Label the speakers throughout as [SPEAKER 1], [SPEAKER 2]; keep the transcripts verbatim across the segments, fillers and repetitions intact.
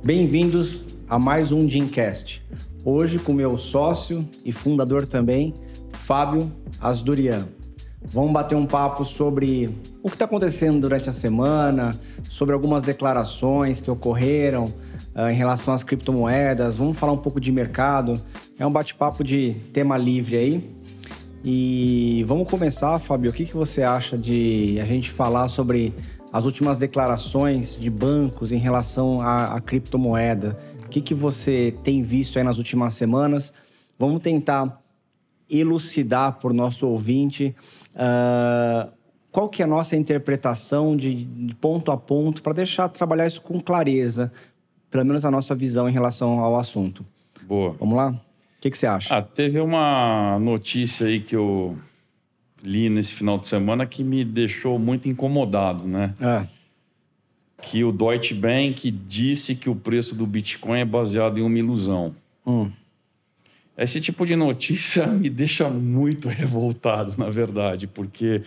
[SPEAKER 1] Bem-vindos a mais um Gymcast. Hoje com meu sócio e fundador também, Fábio Asdurian. Vamos bater um papo sobre o que está acontecendo durante a semana, sobre algumas declarações que ocorreram uh, em relação às criptomoedas. Vamos falar um pouco de mercado. É um bate-papo de tema livre aí. E vamos começar, Fábio. O que, que você acha de a gente falar sobre as últimas declarações de bancos em relação à, à criptomoeda? O que, que você tem visto aí nas últimas semanas? Vamos tentar elucidar para o nosso ouvinte uh, qual que é a nossa interpretação de, de ponto a ponto para deixar trabalhar isso com clareza, pelo menos a nossa visão em relação ao assunto.
[SPEAKER 2] Boa.
[SPEAKER 1] Vamos lá? O que, que você acha?
[SPEAKER 2] Ah, teve uma notícia aí que eu li nesse final de semana que me deixou muito incomodado, né?
[SPEAKER 1] É.
[SPEAKER 2] Que o Deutsche Bank disse que o preço do Bitcoin é baseado em uma ilusão.
[SPEAKER 1] Hum.
[SPEAKER 2] Esse tipo de notícia me deixa muito revoltado, na verdade, porque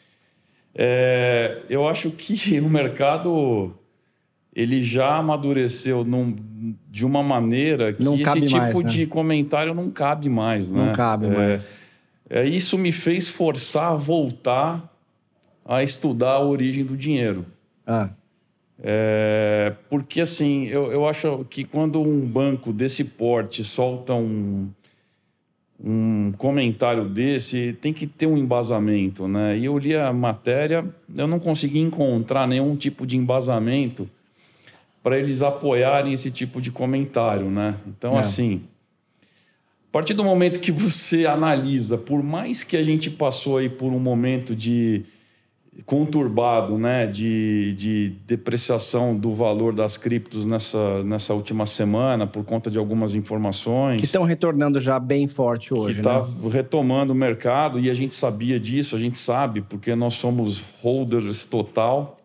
[SPEAKER 2] é, eu acho que o mercado ele já amadureceu num, de uma maneira que
[SPEAKER 1] Não
[SPEAKER 2] esse
[SPEAKER 1] cabe
[SPEAKER 2] tipo
[SPEAKER 1] mais, né?
[SPEAKER 2] de comentário não cabe mais, né?
[SPEAKER 1] Não cabe
[SPEAKER 2] é,
[SPEAKER 1] mais.
[SPEAKER 2] É, isso me fez forçar a voltar a estudar a origem do dinheiro.
[SPEAKER 1] Ah.
[SPEAKER 2] É, porque, assim, eu, eu acho que quando um banco desse porte solta um, um comentário desse, tem que ter um embasamento, né? E eu li a matéria, eu não consegui encontrar nenhum tipo de embasamento para eles apoiarem esse tipo de comentário, né? Então,
[SPEAKER 1] É.
[SPEAKER 2] assim, a partir do momento que você analisa, por mais que a gente passou aí por um momento de conturbado, né, de, de depreciação do valor das criptos nessa, nessa última semana, por conta de algumas informações...
[SPEAKER 1] Que estão retornando já bem forte hoje,
[SPEAKER 2] que está
[SPEAKER 1] né?
[SPEAKER 2] retomando o mercado, e a gente sabia disso, a gente sabe, porque nós somos holders total.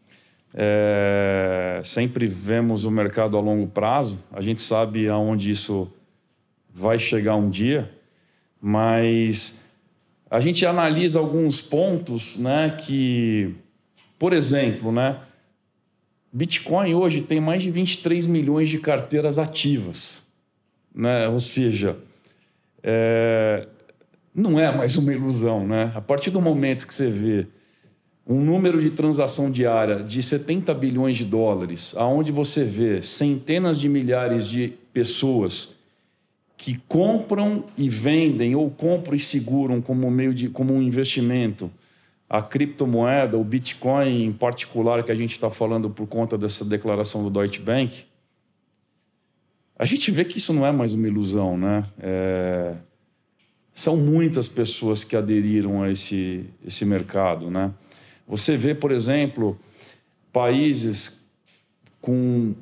[SPEAKER 2] É, sempre vemos o mercado a longo prazo, a gente sabe aonde isso vai chegar um dia, mas a gente analisa alguns pontos, né, que, por exemplo, né, Bitcoin hoje tem mais de vinte e três milhões de carteiras ativas, né? Ou seja, é, não é mais uma ilusão, né? A partir do momento que você vê um número de transação diária de setenta bilhões de dólares, aonde você vê centenas de milhares de pessoas que compram e vendem, ou compram e seguram como meio de, como um investimento a criptomoeda, o Bitcoin em particular, que a gente está falando por conta dessa declaração do Deutsche Bank, a gente vê que isso não é mais uma ilusão, né? É... São muitas pessoas que aderiram a esse, esse mercado, né? Você vê, por exemplo, países com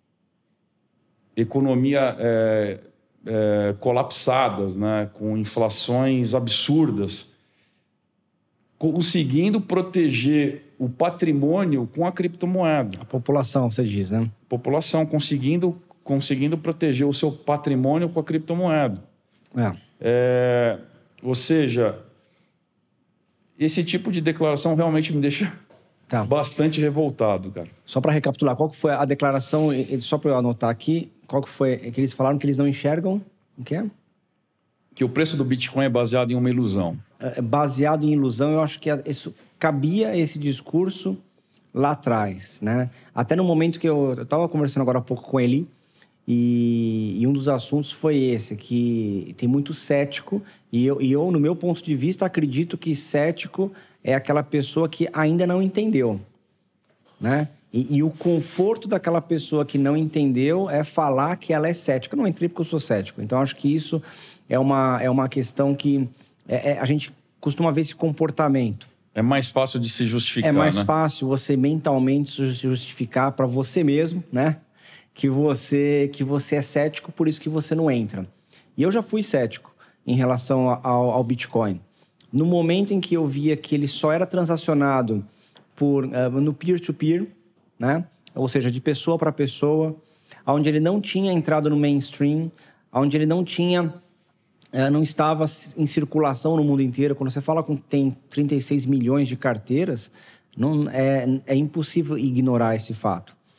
[SPEAKER 2] economia é, é, colapsadas, né? Com inflações absurdas, conseguindo proteger o patrimônio com a criptomoeda.
[SPEAKER 1] A população, você diz, né?
[SPEAKER 2] População conseguindo, conseguindo proteger o seu patrimônio com a criptomoeda.
[SPEAKER 1] É.
[SPEAKER 2] É, ou seja, esse tipo de declaração realmente me deixa
[SPEAKER 1] Tá.
[SPEAKER 2] bastante revoltado, cara.
[SPEAKER 1] Só para recapitular, qual que foi a declaração, só para eu anotar aqui, qual que foi, que eles falaram que eles não enxergam, o que é?
[SPEAKER 2] Que o preço do Bitcoin é baseado em uma ilusão.
[SPEAKER 1] É baseado em ilusão, eu acho que isso, cabia esse discurso lá atrás, né? Até no momento que eu estava conversando agora há pouco com ele, e, e um dos assuntos foi esse, que tem muito cético, e eu, e eu, no meu ponto de vista, acredito que cético é aquela pessoa que ainda não entendeu, né? E, e o conforto daquela pessoa que não entendeu é falar que ela é cética. Eu não entrei porque eu sou cético. Então, acho que isso é uma, é uma questão que é, é, a gente costuma ver esse comportamento.
[SPEAKER 2] É mais fácil de se justificar,
[SPEAKER 1] É mais
[SPEAKER 2] né?
[SPEAKER 1] fácil você mentalmente se justificar para você mesmo, né? Que você, que você é cético, por isso que você não entra. E eu já fui cético em relação ao, ao Bitcoin. No momento em que eu via que ele só era transacionado por, uh, no peer-to-peer, né? Ou seja, de pessoa para pessoa, onde ele não tinha entrado no mainstream, onde ele não tinha, uh, não estava em circulação no mundo inteiro. Quando você fala que tem trinta e seis milhões de carteiras, não, é, é impossível ignorar esse fato.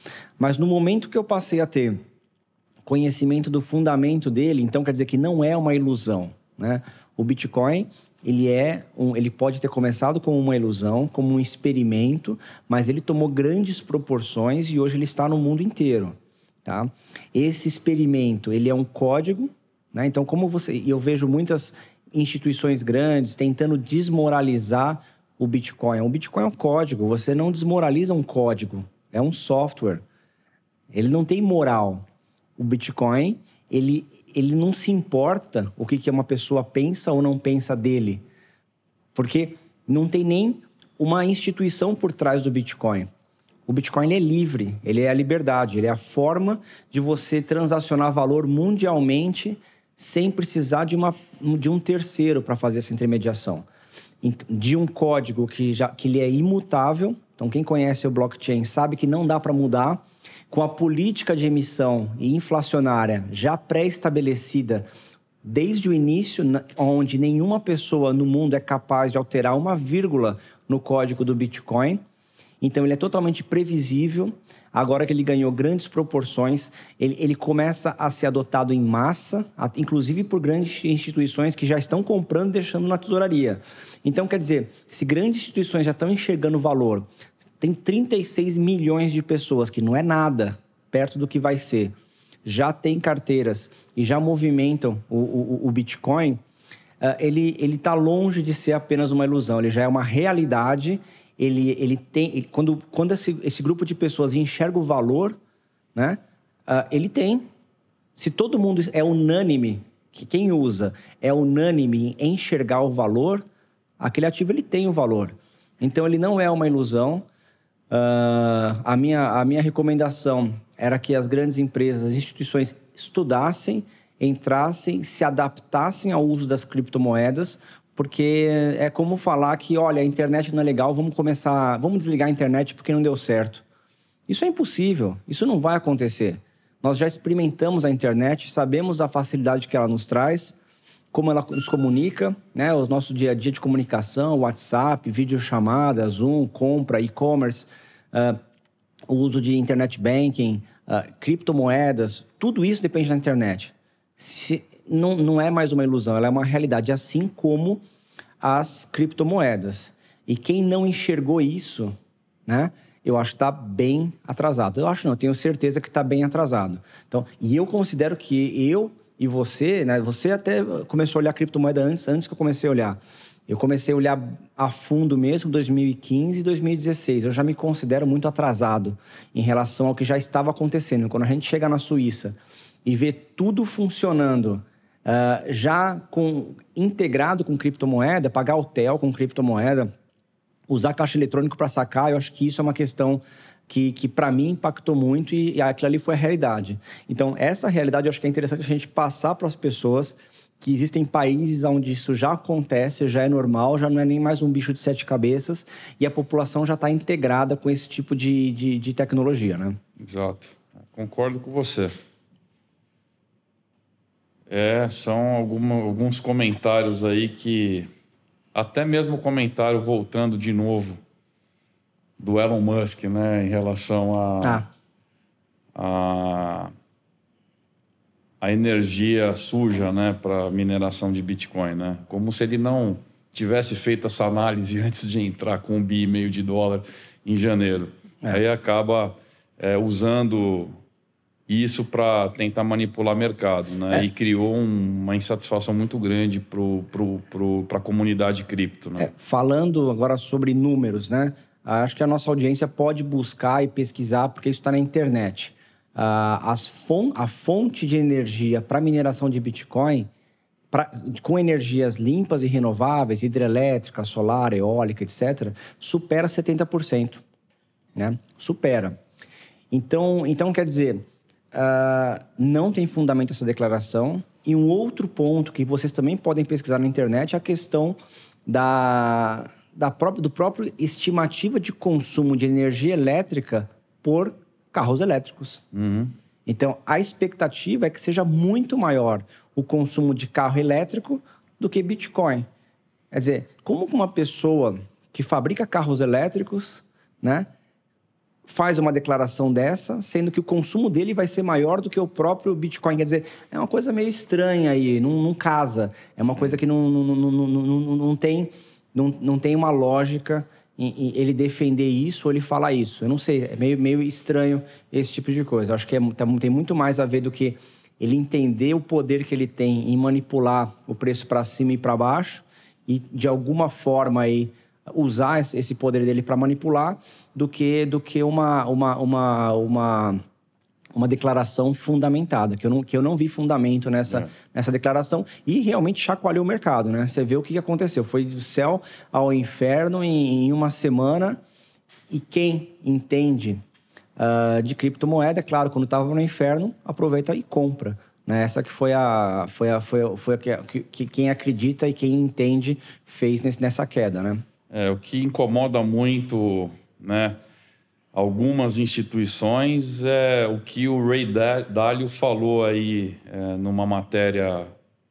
[SPEAKER 1] Mas no momento que eu passei a ter conhecimento do fundamento dele, então quer dizer que não é uma ilusão, né? O Bitcoin, ele, é um, ele pode ter começado como uma ilusão, como um experimento, mas ele tomou grandes proporções e hoje ele está no mundo inteiro, tá? Esse experimento, ele é um código, né? Então, como você... Eu vejo muitas instituições grandes tentando desmoralizar o Bitcoin. O Bitcoin é um código, você não desmoraliza um código, é um software. Ele não tem moral. O Bitcoin, ele, ele não se importa o que, que uma pessoa pensa ou não pensa dele. Porque não tem nem uma instituição por trás do Bitcoin. O Bitcoin ele é livre, ele é a liberdade, ele é a forma de você transacionar valor mundialmente sem precisar de, uma, de um terceiro para fazer essa intermediação. De um código que, já, que ele é imutável. Então, quem conhece o blockchain sabe que não dá para mudar. Com a política de emissão e inflacionária já pré-estabelecida desde o início, onde nenhuma pessoa no mundo é capaz de alterar uma vírgula no código do Bitcoin. Então, ele é totalmente previsível. Agora que ele ganhou grandes proporções, ele, ele começa a ser adotado em massa, inclusive por grandes instituições que já estão comprando e deixando na tesouraria. Então, quer dizer, se grandes instituições já estão enxergando o valor, tem trinta e seis milhões de pessoas, que não é nada perto do que vai ser, já tem carteiras e já movimentam o, o, o Bitcoin, uh, ele está longe de ser apenas uma ilusão, ele já é uma realidade. Ele, ele tem, ele, quando, quando esse, esse grupo de pessoas enxerga o valor, né, uh, ele tem. Se todo mundo é unânime, que quem usa é unânime em enxergar o valor, aquele ativo ele tem o valor. Então, ele não é uma ilusão. Uh, a, minha, a minha recomendação era que as grandes empresas, as instituições estudassem, entrassem, se adaptassem ao uso das criptomoedas, porque é como falar que, olha, a internet não é legal, vamos começar, vamos desligar a internet porque não deu certo. Isso é impossível, isso não vai acontecer. Nós já experimentamos a internet, sabemos a facilidade que ela nos traz, como ela nos comunica, né? O nosso dia a dia de comunicação, WhatsApp, videochamada, Zoom, compra, e-commerce, uh, o uso de internet banking, uh, criptomoedas, tudo isso depende da internet. Se, não, não é mais uma ilusão, ela é uma realidade, assim como as criptomoedas. E quem não enxergou isso, né? Eu acho que está bem atrasado. Eu acho não, eu tenho certeza que está bem atrasado. Então, e eu considero que eu e você, né? Você até começou a olhar criptomoeda antes, antes que eu comecei a olhar. Eu comecei a olhar a fundo mesmo em dois mil e quinze e dois mil e dezesseis. Eu já me considero muito atrasado em relação ao que já estava acontecendo. Quando a gente chega na Suíça e vê tudo funcionando, uh, já com, integrado com criptomoeda, pagar hotel com criptomoeda, usar caixa eletrônico para sacar, eu acho que isso é uma questão que, que para mim, impactou muito e, e aquilo ali foi a realidade. Então, essa realidade eu acho que é interessante a gente passar para as pessoas que existem países onde isso já acontece, já é normal, já não é nem mais um bicho de sete cabeças e a população já está integrada com esse tipo de, de, de tecnologia, né?
[SPEAKER 2] Exato. Concordo com você. É, são alguma, alguns comentários aí que... Até mesmo o comentário, voltando de novo, do Elon Musk, né, em relação a,
[SPEAKER 1] ah.
[SPEAKER 2] a, a energia suja, né, para mineração de Bitcoin, né? Como se ele não tivesse feito essa análise antes de entrar com um bi e meio de dólar em janeiro. É. Aí acaba é, usando isso para tentar manipular mercado, né? É. E criou um, uma insatisfação muito grande para pro, pro, pro, a comunidade cripto, né?
[SPEAKER 1] É, falando agora sobre números, né? Acho que a nossa audiência pode buscar e pesquisar, porque isso está na internet. Ah, as fon a fonte de energia para mineração de Bitcoin, pra, com energias limpas e renováveis, hidrelétrica, solar, eólica, etcétera, supera setenta por cento, né? Supera. Então, então quer dizer... Uh, não tem fundamento essa declaração. E um outro ponto que vocês também podem pesquisar na internet é a questão da, da própria, do próprio estimativa de consumo de energia elétrica por carros elétricos.
[SPEAKER 2] Uhum.
[SPEAKER 1] Então, a expectativa é que seja muito maior o consumo de carro elétrico do que Bitcoin. Quer dizer, como uma pessoa que fabrica carros elétricos, né, faz uma declaração dessa, sendo que o consumo dele vai ser maior do que o próprio Bitcoin. Quer dizer, é uma coisa meio estranha aí, não, não casa. É uma coisa que não, não, não, não, não, não, tem, não, não tem uma lógica em, em ele defender isso ou ele falar isso. Eu não sei, é meio, meio estranho esse tipo de coisa. Eu acho que é, tem muito mais a ver do que ele entender o poder que ele tem em manipular o preço para cima e para baixo e, de alguma forma, aí, usar esse poder dele para manipular, do que, do que uma, uma, uma, uma, uma declaração fundamentada, que eu não, que eu não vi fundamento nessa, é. nessa declaração, e realmente chacoalhou o mercado, né? Você vê o que aconteceu, foi do céu ao inferno em, em uma semana, e quem entende uh, de criptomoeda, claro, quando estava no inferno, aproveita e compra. Né? Essa que foi a, foi a, foi a, foi a que, que quem acredita e quem entende fez nesse, nessa queda, né?
[SPEAKER 2] É, o que incomoda muito, né, algumas instituições é o que o Ray Dalio falou aí é, numa matéria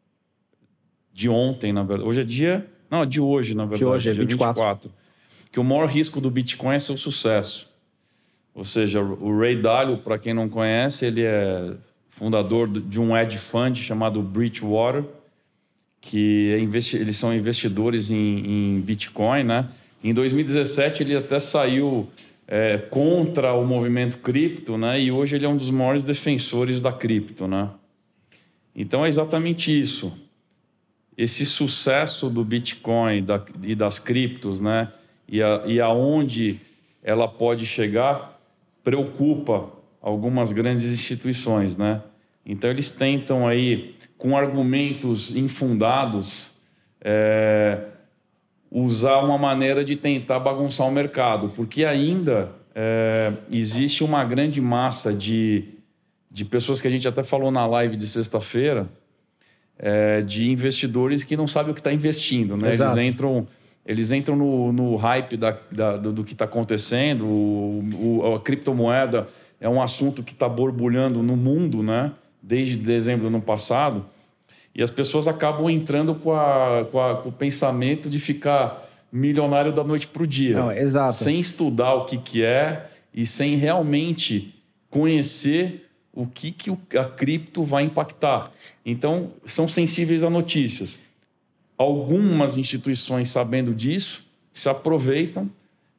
[SPEAKER 2] de ontem, na verdade. Hoje é dia... Não, de hoje, na verdade.
[SPEAKER 1] De hoje, é vinte e quatro.
[SPEAKER 2] vinte e quatro. Que o maior risco do Bitcoin é seu sucesso. Ou seja, o Ray Dalio, para quem não conhece, ele é fundador de um hedge fund chamado Bridgewater, que é investi- eles são investidores em, em Bitcoin, né? Em dois mil e dezessete ele até saiu é, contra o movimento cripto, né? E hoje ele é um dos maiores defensores da cripto, né? Então é exatamente isso. Esse sucesso do Bitcoin da, e das criptos, né? E, a, e aonde ela pode chegar preocupa algumas grandes instituições, né? Então eles tentam aí, com argumentos infundados, é, usar uma maneira de tentar bagunçar o mercado, porque ainda é, existe uma grande massa de, de pessoas que a gente até falou na live de sexta-feira, é, de investidores que não sabem o que está investindo, né? Eles entram, eles entram no, no hype da, da, do, do que está acontecendo, o, o, a criptomoeda é um assunto que está borbulhando no mundo, né? Desde dezembro do ano passado, e as pessoas acabam entrando com, a, com, a, com o pensamento de ficar milionário da noite para o dia.
[SPEAKER 1] Não, exato.
[SPEAKER 2] Sem estudar o que, que é e sem realmente conhecer o que, que a cripto vai impactar. Então, são sensíveis a notícias. Algumas instituições, sabendo disso, se aproveitam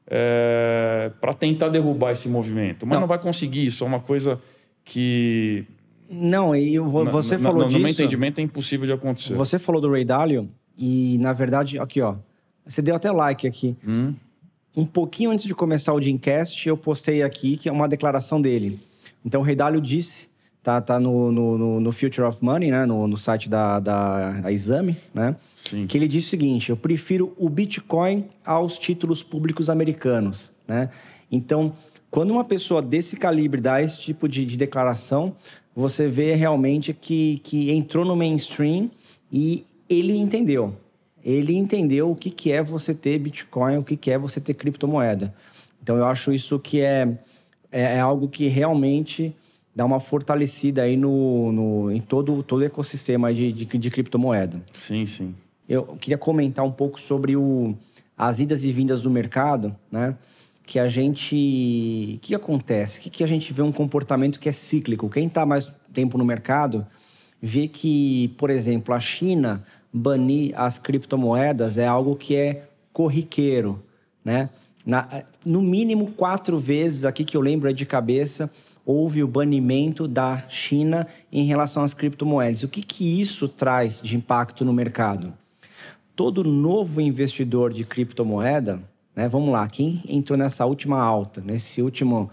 [SPEAKER 2] é, para tentar derrubar esse movimento. Mas não, não vai conseguir, isso é uma coisa que...
[SPEAKER 1] Não, e você
[SPEAKER 2] na,
[SPEAKER 1] falou
[SPEAKER 2] na,
[SPEAKER 1] disso...
[SPEAKER 2] No meu entendimento é impossível de acontecer.
[SPEAKER 1] Você falou do Ray Dalio e, na verdade, aqui, ó, você deu até like aqui.
[SPEAKER 2] Hum?
[SPEAKER 1] Um pouquinho antes de começar o Jimcast, eu postei aqui que é uma declaração dele. Então, o Ray Dalio disse, tá, tá no, no, no Future of Money, né, no, no site da, da, da Exame, né,
[SPEAKER 2] Sim.
[SPEAKER 1] que ele disse o seguinte: eu prefiro o Bitcoin aos títulos públicos americanos, né? Então, quando uma pessoa desse calibre dá esse tipo de, de declaração, você vê realmente que, que entrou no mainstream e ele entendeu. Ele entendeu o que, que é você ter Bitcoin, o que, que é você ter criptomoeda. Então, eu acho isso que é, é, é algo que realmente dá uma fortalecida aí no, no, em todo, todo o ecossistema de, de, de criptomoeda.
[SPEAKER 2] Sim, sim.
[SPEAKER 1] Eu queria comentar um pouco sobre o, as idas e vindas do mercado, né? Que a gente... O que acontece? Que, que a gente vê um comportamento que é cíclico. Quem está mais tempo no mercado vê que, por exemplo, a China banir as criptomoedas é algo que é corriqueiro, né? Na, no mínimo quatro vezes, aqui que eu lembro de cabeça, houve o banimento da China em relação às criptomoedas. O que, que isso traz de impacto no mercado? Todo novo investidor de criptomoeda... Né? Vamos lá, quem entrou nessa última alta, nesse último,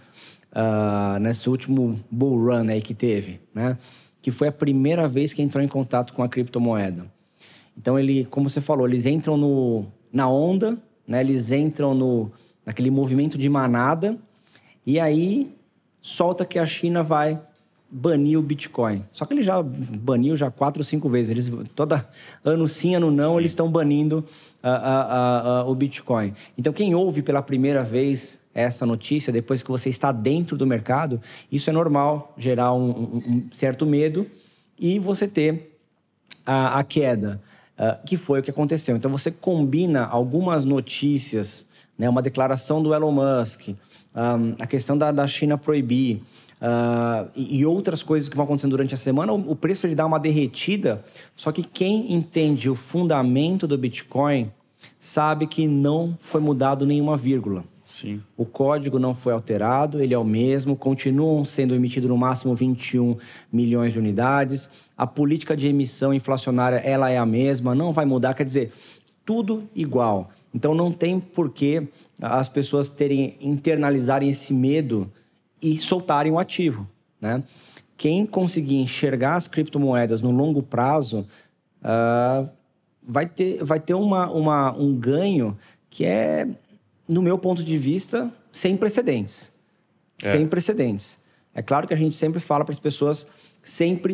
[SPEAKER 1] uh, nesse último bull run aí que teve, né? Que foi a primeira vez que entrou em contato com a criptomoeda. Então, ele, como você falou, eles entram no, na onda, né? Eles entram no, naquele movimento de manada, e aí solta que a China vai banir o Bitcoin. Só que ele já baniu já quatro ou cinco vezes. Eles, toda ano sim, ano não, sim. Eles estão banindo uh, uh, uh, uh, o Bitcoin. Então, quem ouve pela primeira vez essa notícia, depois que você está dentro do mercado, isso é normal, gerar um, um, um certo medo e você ter a, a queda, uh, que foi o que aconteceu. Então, você combina algumas notícias né? Uma declaração do Elon Musk, um, a questão da, da China proibir, uh, e, e outras coisas que vão acontecendo durante a semana, o, o preço ele dá uma derretida, só que quem entende o fundamento do Bitcoin sabe que não foi mudado nenhuma vírgula.
[SPEAKER 2] Sim.
[SPEAKER 1] O código não foi alterado, ele é o mesmo, continuam sendo emitidos no máximo vinte e um milhões de unidades, a política de emissão inflacionária ela é a mesma, não vai mudar, quer dizer, tudo igual. Então não tem por que as pessoas terem, internalizarem esse medo e soltarem o ativo, né? Quem conseguir enxergar as criptomoedas no longo prazo uh, vai ter, vai ter uma, uma, um ganho que é, no meu ponto de vista, sem precedentes. É. Sem precedentes. É claro que a gente sempre fala para as pessoas sempre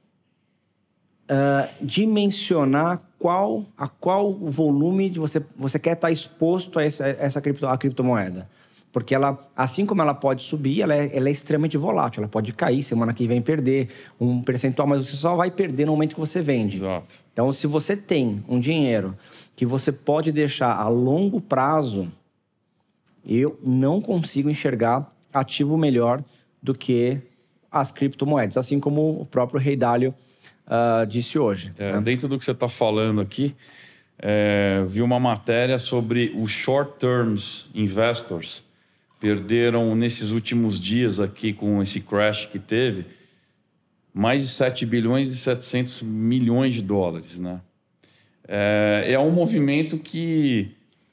[SPEAKER 1] uh, dimensionar qual, a qual volume de você, você quer estar exposto a essa, essa cripto, a criptomoeda. Porque ela, assim como ela pode subir, ela é, ela é extremamente volátil. Ela pode cair, semana que vem perder um percentual, mas você só vai perder no momento que você vende.
[SPEAKER 2] Exato.
[SPEAKER 1] Então, se você tem um dinheiro que você pode deixar a longo prazo, eu não consigo enxergar ativo melhor do que as criptomoedas, assim como o próprio Rei Dalio uh, disse hoje.
[SPEAKER 2] É,
[SPEAKER 1] né?
[SPEAKER 2] Dentro do que você está falando aqui, é, vi uma matéria sobre os short-terms investors perderam nesses últimos dias aqui com esse crash que teve mais de sete bilhões e setecentos milhões de dólares, né? É, é um movimento que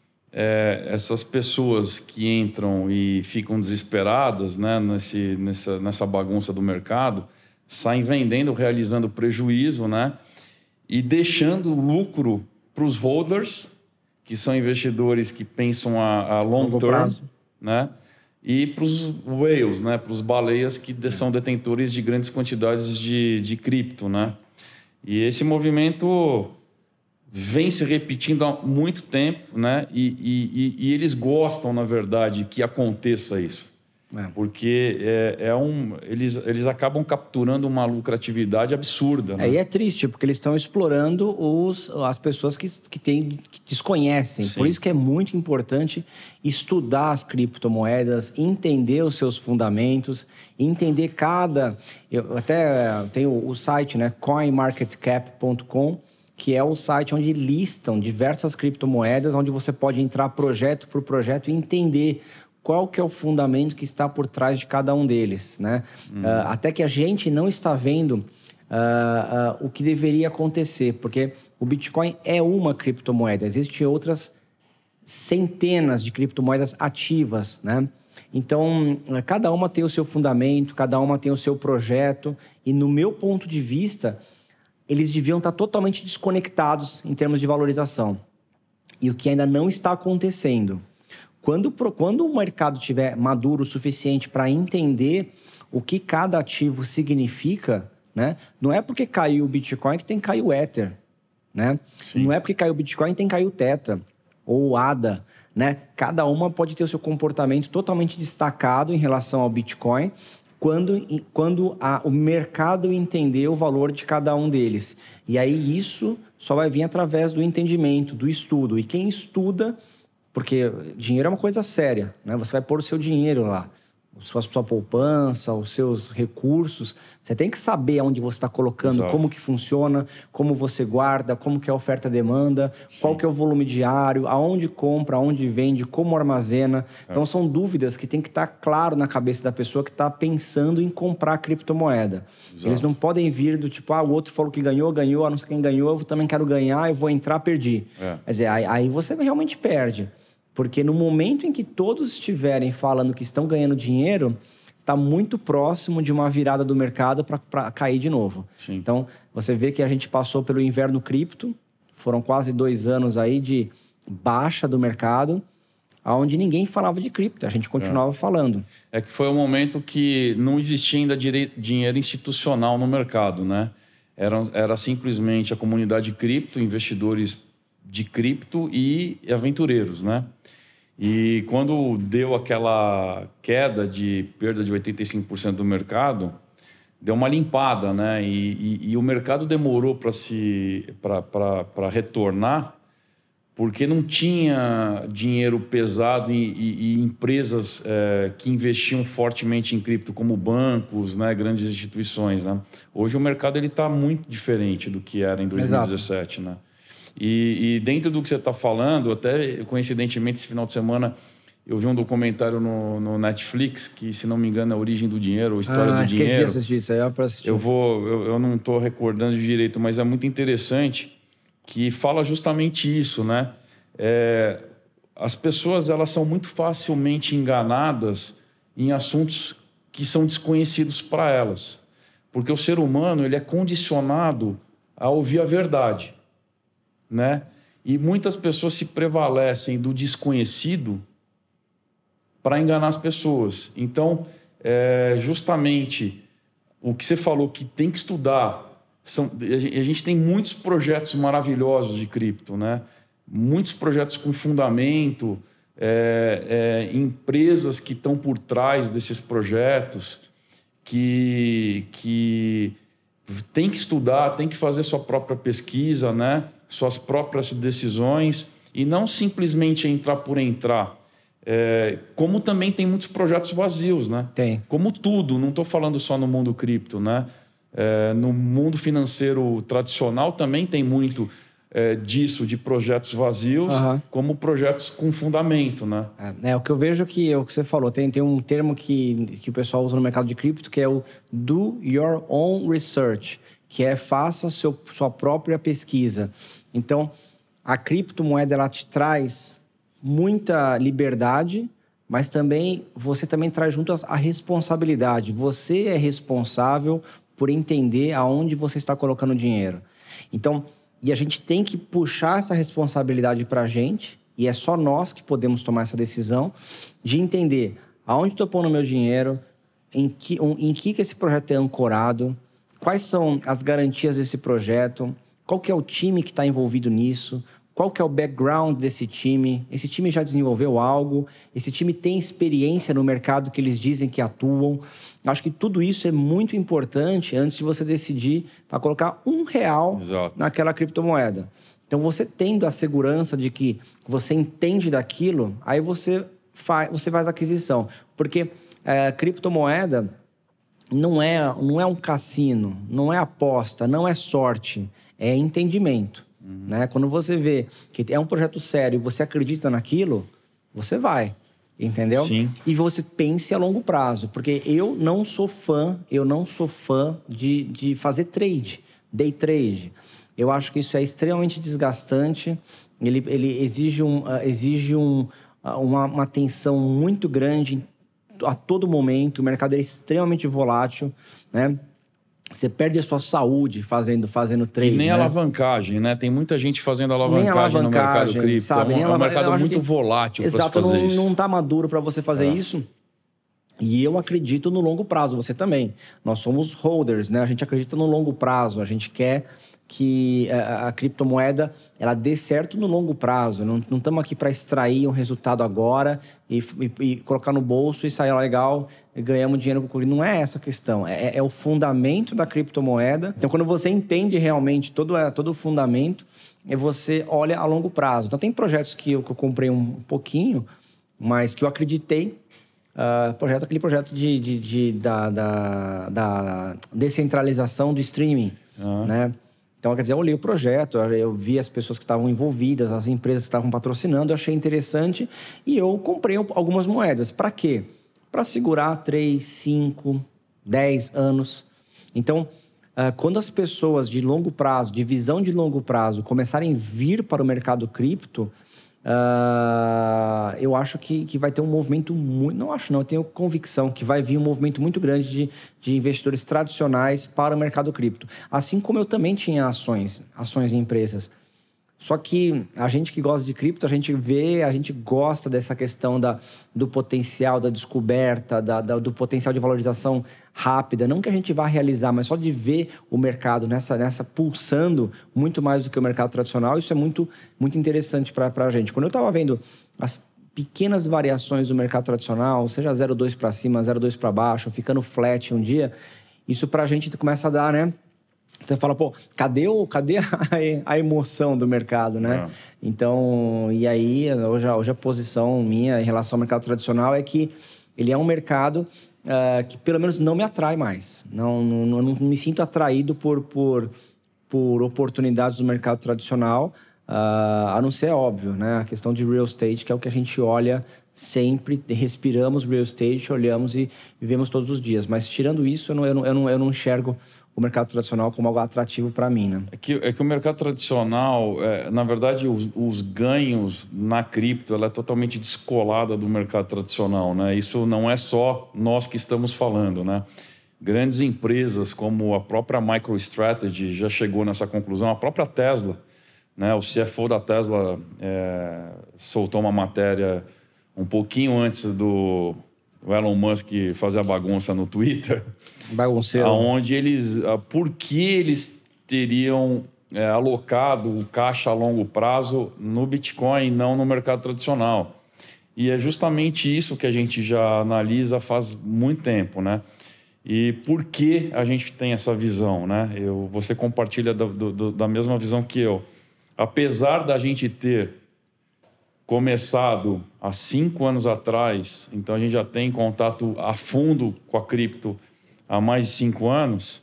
[SPEAKER 2] é, essas pessoas que entram e ficam desesperadas, né, nesse, nessa, nessa bagunça do mercado, saem vendendo, realizando prejuízo, né, e deixando lucro para os holders, que são investidores que pensam a, a long
[SPEAKER 1] Longo
[SPEAKER 2] term,
[SPEAKER 1] prazo.
[SPEAKER 2] né, e para os whales, né, para os baleias que de, são detentores de grandes quantidades de, de cripto, né. E esse movimento vem se repetindo há muito tempo, né? E, e, e eles gostam, na verdade, que aconteça isso. É. Porque é, é um, eles, eles acabam capturando uma lucratividade absurda. Né?
[SPEAKER 1] É, e é triste, porque eles estão explorando os, as pessoas que, que, tem, que desconhecem. Sim. Por isso que é muito importante estudar as criptomoedas, entender os seus fundamentos, entender cada... Eu até tenho o site, né? coin market cap ponto com, que é o site onde listam diversas criptomoedas, onde você pode entrar projeto por projeto e entender qual que é o fundamento que está por trás de cada um deles, né? Uhum. Uh, até que a gente não está vendo uh, uh, o que deveria acontecer, porque o Bitcoin é uma criptomoeda, existem outras centenas de criptomoedas ativas, né? Então, cada uma tem o seu fundamento, cada uma tem o seu projeto, e no meu ponto de vista, eles deviam estar totalmente desconectados em termos de valorização. E o que ainda não está acontecendo. Quando, quando o mercado estiver maduro o suficiente para entender o que cada ativo significa, né? Não é porque caiu o Bitcoin que tem que cair o Ether, né? Não é porque caiu o Bitcoin que tem que cair o Tether ou o A D A, né? Cada uma pode ter o seu comportamento totalmente destacado em relação ao Bitcoin quando, quando a, o mercado entender o valor de cada um deles. E aí isso só vai vir através do entendimento, do estudo. E quem estuda... Porque dinheiro é uma coisa séria, né? Você vai pôr o seu dinheiro lá, a sua, sua poupança, os seus recursos. Você tem que saber onde você está colocando, Exato. Como que funciona, como você guarda, como que é a oferta-demanda, qual que é o volume diário, aonde compra, aonde vende, como armazena. É. Então, são dúvidas que tem que estar claro na cabeça da pessoa que está pensando em comprar criptomoeda. Exato. Eles não podem vir do tipo, ah, o outro falou que ganhou, ganhou, ah, não sei quem ganhou, eu também quero ganhar, eu vou entrar, perdi. É. Quer dizer, aí, aí você realmente perde. Porque no momento em que todos estiverem falando que estão ganhando dinheiro, está muito próximo de uma virada do mercado para cair de novo. Sim. Então, você vê que a gente passou pelo inverno cripto, foram quase dois anos aí de baixa do mercado, onde ninguém falava de cripto, a gente continuava é. falando.
[SPEAKER 2] É que foi um momento que não existia ainda dinheiro institucional no mercado, né? Era, era simplesmente a comunidade cripto, investidores de cripto e aventureiros, né? E quando deu aquela queda de perda de oitenta e cinco por cento do mercado, deu uma limpada, né? E, e, e o mercado demorou para se para retornar porque não tinha dinheiro pesado e, e, e empresas é, que investiam fortemente em cripto, como bancos, né, grandes instituições, né? Hoje o mercado está muito diferente do que era em dois mil e dezessete. Né? E, e dentro do que você está falando, até coincidentemente esse final de semana eu vi um documentário no, no Netflix que, se não me engano, é A Origem do Dinheiro, a História
[SPEAKER 1] ah,
[SPEAKER 2] do
[SPEAKER 1] esqueci
[SPEAKER 2] Dinheiro.
[SPEAKER 1] De assistir isso aí, é para assistir.
[SPEAKER 2] Eu, vou, eu, eu não estou recordando direito, mas é muito interessante, que fala justamente isso, né? É, as pessoas elas são muito facilmente enganadas em assuntos que são desconhecidos para elas, porque o ser humano ele é condicionado a ouvir a verdade, né? E muitas pessoas se prevalecem do desconhecido para enganar as pessoas. Então, é, justamente o que você falou que tem que estudar. São, a gente tem muitos projetos maravilhosos de cripto, né? Muitos projetos com fundamento, é, é, empresas que estão por trás desses projetos, que, que tem que estudar, tem que fazer sua própria pesquisa, né? Suas próprias decisões, e não simplesmente entrar por entrar. É, como também tem muitos projetos vazios, né?
[SPEAKER 1] Tem.
[SPEAKER 2] Como tudo, não estou falando só no mundo cripto, né? É, no mundo financeiro tradicional também tem muito é, disso, de projetos vazios, uhum. como projetos com fundamento, né?
[SPEAKER 1] É, é o que eu vejo que é o que você falou. Tem, tem um termo que, que o pessoal usa no mercado de cripto, que é o do your own research, que é faça seu, sua própria pesquisa. Então, a criptomoeda, ela te traz muita liberdade, mas também você também traz junto a responsabilidade. Você é responsável por entender aonde você está colocando o dinheiro. Então, e a gente tem que puxar essa responsabilidade para a gente, e é só nós que podemos tomar essa decisão, de entender aonde estou pondo o meu dinheiro, em que, um, em que, que esse projeto é ancorado, quais são as garantias desse projeto, qual que é o time que está envolvido nisso, qual que é o background desse time, esse time já desenvolveu algo, esse time tem experiência no mercado que eles dizem que atuam. Acho que tudo isso é muito importante antes de você decidir para colocar um real Exato. naquela criptomoeda. Então, você tendo a segurança de que você entende daquilo, aí você faz, você faz a aquisição. Porque é, criptomoeda não é, não é um cassino, não é aposta, não é sorte, é entendimento. Uhum. Né? Quando você vê que é um projeto sério e você acredita naquilo, você vai, entendeu?
[SPEAKER 2] Sim.
[SPEAKER 1] E você pense a longo prazo, porque eu não sou fã, eu não sou fã de, de fazer trade, day trade. Eu acho que isso é extremamente desgastante, ele, ele exige, um, uh, exige um, uh, uma, uma atenção muito grande a todo momento, o mercado é extremamente volátil, né? Você perde a sua saúde fazendo, fazendo trade.
[SPEAKER 2] E nem
[SPEAKER 1] né?
[SPEAKER 2] alavancagem, né? Tem muita gente fazendo alavancagem, alavancagem no mercado cripto.
[SPEAKER 1] Sabe?
[SPEAKER 2] É um,
[SPEAKER 1] nem
[SPEAKER 2] é um mercado muito
[SPEAKER 1] que...
[SPEAKER 2] volátil para se fazer
[SPEAKER 1] não,
[SPEAKER 2] isso.
[SPEAKER 1] Não está maduro para você fazer
[SPEAKER 2] é.
[SPEAKER 1] isso. E eu acredito no longo prazo, você também. Nós somos holders, né? A gente acredita no longo prazo. A gente quer que a, a criptomoeda ela dê certo no longo prazo. Não estamos aqui para extrair um resultado agora e, e, e colocar no bolso e sair legal e ganhamos dinheiro com o Não é essa a questão. É, é o fundamento da criptomoeda. Então, quando você entende realmente todo, todo o fundamento, você olha a longo prazo. Então, tem projetos que eu, que eu comprei um pouquinho, mas que eu acreditei. Uh, projeto, aquele projeto de, de, de, da, da, da descentralização do streaming, uhum. né? Então, quer dizer, eu olhei o projeto, eu vi as pessoas que estavam envolvidas, as empresas que estavam patrocinando, eu achei interessante e eu comprei algumas moedas. Para quê? Para segurar três, cinco, dez anos. Então, uh, quando as pessoas de longo prazo, de visão de longo prazo, começarem a vir para o mercado cripto, Uh, eu acho que, que vai ter um movimento muito... Não acho não, eu tenho convicção que vai vir um movimento muito grande de, de investidores tradicionais para o mercado cripto. Assim como eu também tinha ações, ações em empresas. Só que a gente que gosta de cripto, a gente vê, a gente gosta dessa questão da, do potencial, da descoberta, da, da, do potencial de valorização rápida. Não que a gente vá realizar, mas só de ver o mercado nessa, nessa pulsando muito mais do que o mercado tradicional, isso é muito, muito interessante para a gente. Quando eu estava vendo as pequenas variações do mercado tradicional, seja zero vírgula dois para cima, zero vírgula dois para baixo, ficando flat um dia, isso para a gente começa a dar, né? você fala, pô, cadê, o, cadê a, a emoção do mercado, né? É. Então, e aí, hoje, hoje a posição minha em relação ao mercado tradicional é que ele é um mercado uh, que pelo menos não me atrai mais. Não, não, não me sinto atraído por, por, por oportunidades do mercado tradicional, uh, a não ser, óbvio, né? A questão de real estate, que é o que a gente olha sempre, respiramos real estate, olhamos e, e vemos todos os dias. Mas tirando isso, eu não, eu não, eu não, eu não enxergo o mercado tradicional como algo atrativo para mim, né?
[SPEAKER 2] É que, é que o mercado tradicional, é, na verdade, os, os ganhos na cripto, ela é totalmente descolada do mercado tradicional, né? Isso não é só nós que estamos falando, né? Grandes empresas como a própria MicroStrategy já chegou nessa conclusão, a própria Tesla, né? O C F O da Tesla é, soltou uma matéria um pouquinho antes do o Elon Musk fazer a bagunça no Twitter,
[SPEAKER 1] bagunceiro,
[SPEAKER 2] onde eles, por que eles teriam é, alocado o caixa a longo prazo no Bitcoin e não no mercado tradicional. E é justamente isso que a gente já analisa faz muito tempo, né? E por que a gente tem essa visão, né? Eu, você compartilha da, do, da mesma visão que eu. Apesar da gente ter começado há cinco anos atrás, então a gente já tem contato a fundo com a cripto há mais de cinco anos,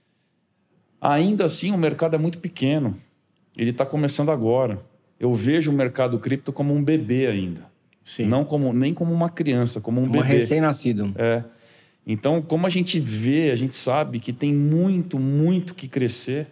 [SPEAKER 2] ainda assim o mercado é muito pequeno. Ele está começando agora. Eu vejo o mercado cripto como um bebê ainda.
[SPEAKER 1] Sim.
[SPEAKER 2] Não como, nem como uma criança, como um
[SPEAKER 1] como
[SPEAKER 2] bebê.
[SPEAKER 1] Um recém-nascido.
[SPEAKER 2] É. Então, como a gente vê, a gente sabe que tem muito, muito que crescer.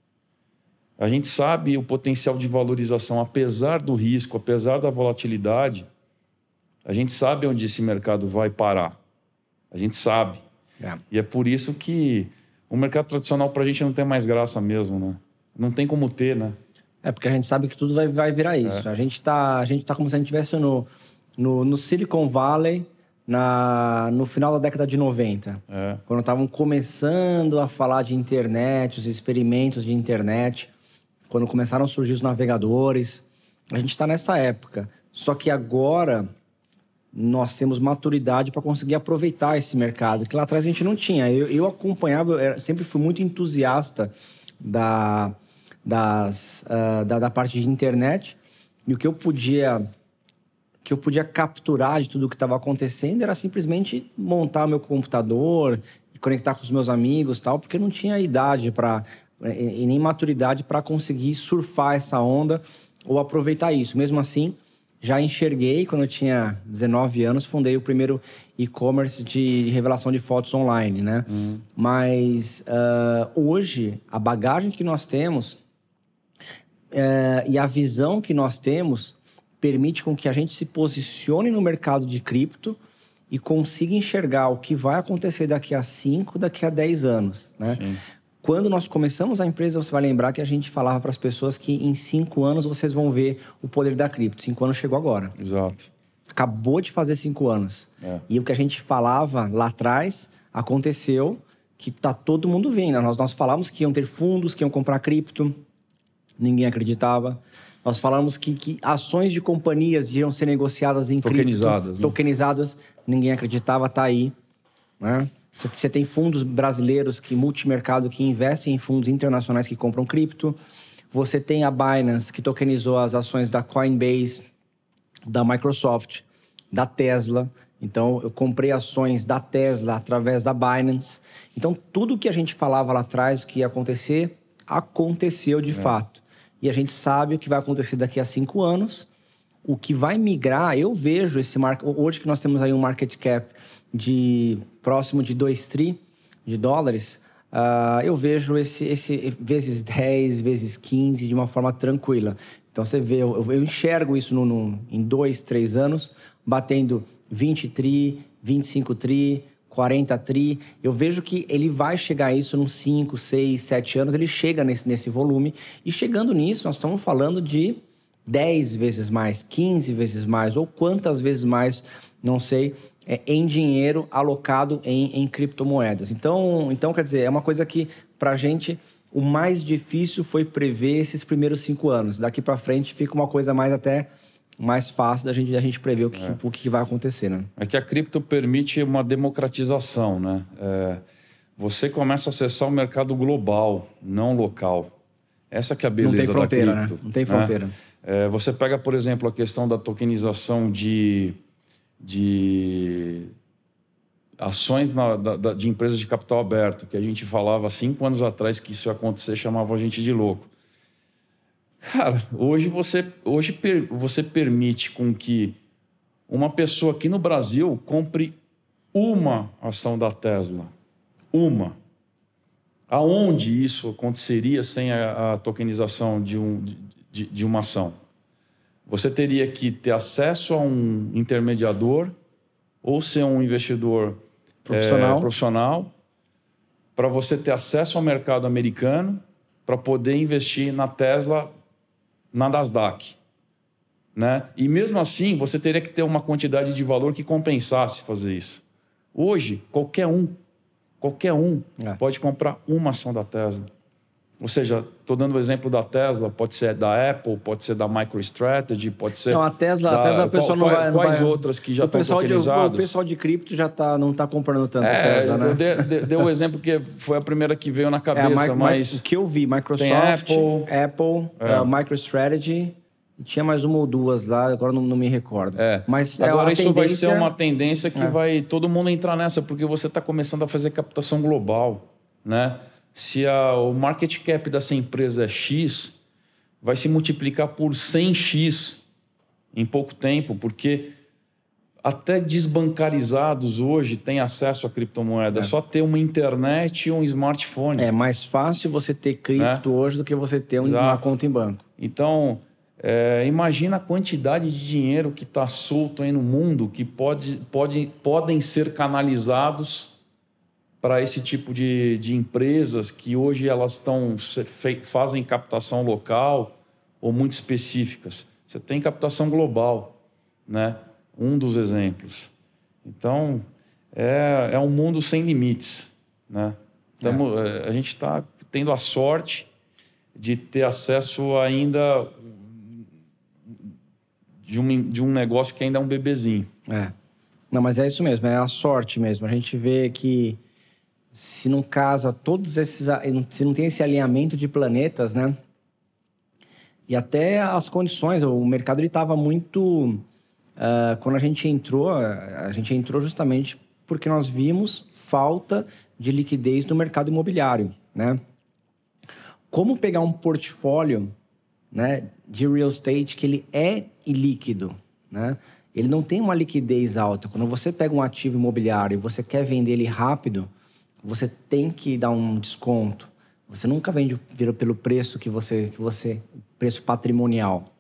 [SPEAKER 2] A gente sabe o potencial de valorização, apesar do risco, apesar da volatilidade, a gente sabe onde esse mercado vai parar. A gente sabe. É. E é por isso que o mercado tradicional para a gente não tem mais graça mesmo, né? Não tem como ter, né?
[SPEAKER 1] É, porque a gente sabe que tudo vai, vai virar isso. É. A gente está a gente tá como se a gente estivesse no, no, no Silicon Valley na, no final da década de noventa.
[SPEAKER 2] É.
[SPEAKER 1] Quando estavam começando a falar de internet, os experimentos de internet, quando começaram a surgir os navegadores. A gente está nessa época. Só que agora nós temos maturidade para conseguir aproveitar esse mercado, que lá atrás a gente não tinha. Eu, eu acompanhava, eu sempre fui muito entusiasta da, das, uh, da, da parte de internet, e o que eu podia, que eu podia capturar de tudo o que estava acontecendo era simplesmente montar o meu computador e conectar com os meus amigos e tal, porque eu não tinha idade para e nem maturidade para conseguir surfar essa onda ou aproveitar isso. Mesmo assim, já enxerguei, quando eu tinha dezenove anos, fundei o primeiro e-commerce de revelação de fotos online, né? Uhum. Mas uh, hoje, a bagagem que nós temos uh, e a visão que nós temos permite com que a gente se posicione no mercado de cripto e consiga enxergar o que vai acontecer daqui a cinco, daqui a dez anos, né? Sim. Quando nós começamos a empresa, você vai lembrar que a gente falava para as pessoas que em cinco anos vocês vão ver o poder da cripto. Cinco anos chegou agora.
[SPEAKER 2] Exato.
[SPEAKER 1] Acabou de fazer cinco anos. É. E o que a gente falava lá atrás aconteceu, que tá todo mundo vendo. Nós, nós falávamos que iam ter fundos, que iam comprar cripto. Ninguém acreditava. Nós falamos que, que ações de companhias iam ser negociadas em
[SPEAKER 2] tokenizadas,
[SPEAKER 1] cripto.
[SPEAKER 2] Né?
[SPEAKER 1] Tokenizadas. Ninguém acreditava, tá aí, né? Você tem fundos brasileiros, que multimercado, que investem em fundos internacionais que compram cripto. Você tem a Binance, que tokenizou as ações da Coinbase, da Microsoft, da Tesla. Então, eu comprei ações da Tesla através da Binance. Então, tudo que a gente falava lá atrás, o que ia acontecer, aconteceu de é. fato. E a gente sabe o que vai acontecer daqui a cinco anos. O que vai migrar, eu vejo esse... Mar... Hoje que nós temos aí um market cap de próximo de dois trilhões de dólares, uh, eu vejo esse, esse vezes dez, vezes quinze de uma forma tranquila. Então, você vê, eu, eu enxergo isso no, no, em dois, três anos, batendo vinte tri, vinte e cinco tri, quarenta tri. Eu vejo que ele vai chegar a isso nos cinco, seis, sete anos, ele chega nesse, nesse volume. E chegando nisso, nós estamos falando de dez vezes mais, quinze vezes mais, ou quantas vezes mais, não sei, é, em dinheiro alocado em, em criptomoedas. Então, então, quer dizer, é uma coisa que, para a gente, o mais difícil foi prever esses primeiros cinco anos. Daqui para frente fica uma coisa mais até mais fácil da gente, da gente prever o que, é. o que vai acontecer, né?
[SPEAKER 2] É que a cripto permite uma democratização, né? É, você começa a acessar o mercado global, não local. Essa que é a beleza
[SPEAKER 1] Não tem fronteira,
[SPEAKER 2] da cripto.
[SPEAKER 1] Né? Não tem fronteira.
[SPEAKER 2] Né? É, você pega, por exemplo, a questão da tokenização de, de ações na, da, de empresas de capital aberto, que a gente falava há cinco anos atrás que isso ia acontecer, chamava a gente de louco. Cara, hoje você, hoje per, você permite com que uma pessoa aqui no Brasil compre uma ação da Tesla. Uma. Aonde isso aconteceria sem a, a tokenização de, um, de, de uma ação? Você teria que ter acesso a um intermediador ou ser um investidor
[SPEAKER 1] profissional,
[SPEAKER 2] é, profissional para você ter acesso ao mercado americano para poder investir na Tesla, na Nasdaq. Né? E mesmo assim, você teria que ter uma quantidade de valor que compensasse fazer isso. Hoje, qualquer um Qualquer um é. pode comprar uma ação da Tesla. Ou seja, estou dando o exemplo da Tesla, pode ser da Apple, pode ser da MicroStrategy, pode ser...
[SPEAKER 1] Não, a Tesla,
[SPEAKER 2] da,
[SPEAKER 1] a Tesla o pessoal
[SPEAKER 2] qual,
[SPEAKER 1] não vai...
[SPEAKER 2] Quais
[SPEAKER 1] não vai,
[SPEAKER 2] outras que já estão
[SPEAKER 1] pessoal
[SPEAKER 2] tokenizadas?
[SPEAKER 1] De, o pessoal de cripto já tá, não está comprando tanto
[SPEAKER 2] é,
[SPEAKER 1] a Tesla, né?
[SPEAKER 2] Eu dei, dei, dei o exemplo que foi a primeira que veio na cabeça,
[SPEAKER 1] é, a,
[SPEAKER 2] mas...
[SPEAKER 1] O que eu vi, Microsoft, Apple, Apple é. uh, MicroStrategy... Tinha mais uma ou duas lá, agora não, não me recordo.
[SPEAKER 2] É.
[SPEAKER 1] Mas
[SPEAKER 2] agora
[SPEAKER 1] é
[SPEAKER 2] isso
[SPEAKER 1] tendência...
[SPEAKER 2] vai ser uma tendência que
[SPEAKER 1] é.
[SPEAKER 2] vai todo mundo entrar nessa, porque você está começando a fazer captação global, né? Se a, o market cap dessa empresa é X, vai se multiplicar por cem x em pouco tempo, porque até desbancarizados hoje têm acesso à criptomoeda. É, é só ter uma internet e um smartphone.
[SPEAKER 1] É mais fácil você ter cripto né? hoje do que você ter Exato. uma conta em banco.
[SPEAKER 2] Então... É, imagina a quantidade de dinheiro que está solto aí no mundo que pode, pode, podem ser canalizados para esse tipo de, de empresas que hoje elas estão, fazem captação local ou muito específicas. Você tem captação global, né? Um dos exemplos. Então, é, é um mundo sem limites, né? Tamo, é. A gente está tendo a sorte de ter acesso ainda... De um, de um negócio que ainda é um bebezinho.
[SPEAKER 1] É. Não, mas é isso mesmo, é a sorte mesmo. A gente vê que se não casa todos esses... Se não tem esse alinhamento de planetas, né? E até as condições, o mercado ele estava muito... Uh, quando a gente entrou, a gente entrou justamente porque nós vimos falta de liquidez no mercado imobiliário, né? Como pegar um portfólio... Né, de real estate que ele é ilíquido, né? Ele não tem uma liquidez alta. Quando você pega um ativo imobiliário e você quer vender ele rápido, você tem que dar um desconto. Você nunca vende pelo preço que você, que você, preço patrimonial.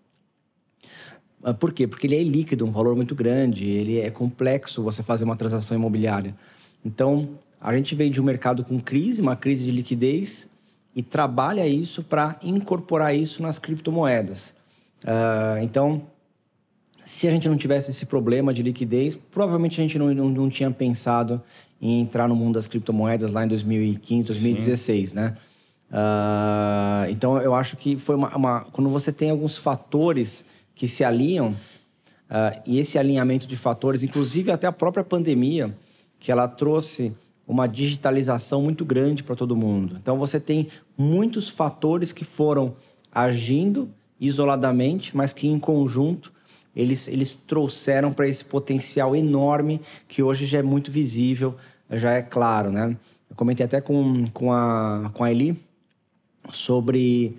[SPEAKER 1] Por quê? Porque ele é ilíquido, um valor muito grande, ele é complexo você fazer uma transação imobiliária. Então, a gente veio de um mercado com crise, uma crise de liquidez, e trabalha isso para incorporar isso nas criptomoedas. Uh, então, se a gente não tivesse esse problema de liquidez, provavelmente a gente não, não, não tinha pensado em entrar no mundo das criptomoedas lá em dois mil e quinze, dois mil e dezesseis, Sim. né? Uh, então, eu acho que foi uma, uma... Quando você tem alguns fatores que se alinham, uh, e esse alinhamento de fatores, inclusive até a própria pandemia, que ela trouxe... uma digitalização muito grande para todo mundo. Então, você tem muitos fatores que foram agindo isoladamente, mas que, em conjunto, eles, eles trouxeram para esse potencial enorme que hoje já é muito visível, já é claro, né? Eu comentei até com, com, a, com a Eli sobre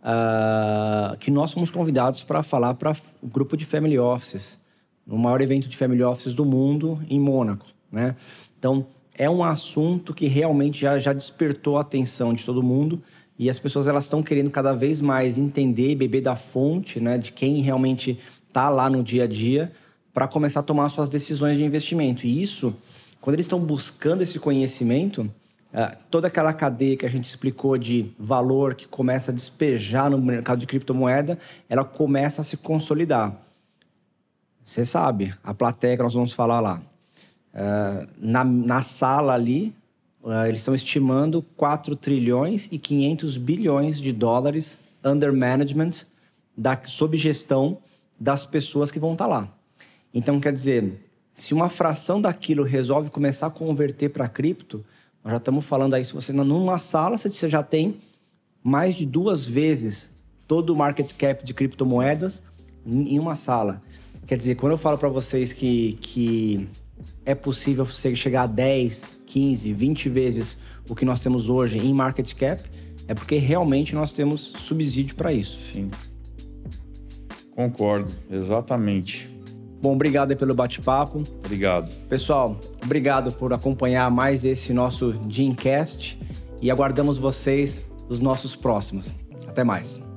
[SPEAKER 1] uh, que nós fomos convidados para falar para o grupo de Family Offices, no maior evento de Family Offices do mundo, em Mônaco, né? Então, é um assunto que realmente já, já despertou a atenção de todo mundo e as pessoas elas estão querendo cada vez mais entender e beber da fonte, né, de quem realmente está lá no dia a dia para começar a tomar suas decisões de investimento. E isso, quando eles estão buscando esse conhecimento, uh, toda aquela cadeia que a gente explicou de valor que começa a despejar no mercado de criptomoeda, ela começa a se consolidar. Você sabe, a plateia que nós vamos falar lá. Uh, na, na sala ali, uh, eles estão estimando quatro trilhões e quinhentos bilhões de dólares under management, da, sob gestão das pessoas que vão estar lá. Então, quer dizer, se uma fração daquilo resolve começar a converter para cripto, Nós já estamos falando aí, se você numa sala, você já tem mais de duas vezes todo o market cap de criptomoedas em uma sala. Quer dizer, quando eu falo para vocês que, que é possível você chegar a dez, quinze, vinte vezes o que nós temos hoje em market cap, é porque realmente nós temos subsídio para isso.
[SPEAKER 2] Sim. Concordo, exatamente.
[SPEAKER 1] Bom, obrigado aí pelo bate-papo.
[SPEAKER 2] Obrigado.
[SPEAKER 1] Pessoal, obrigado por acompanhar mais esse nosso Gymcast e aguardamos vocês nos nossos próximos. Até mais.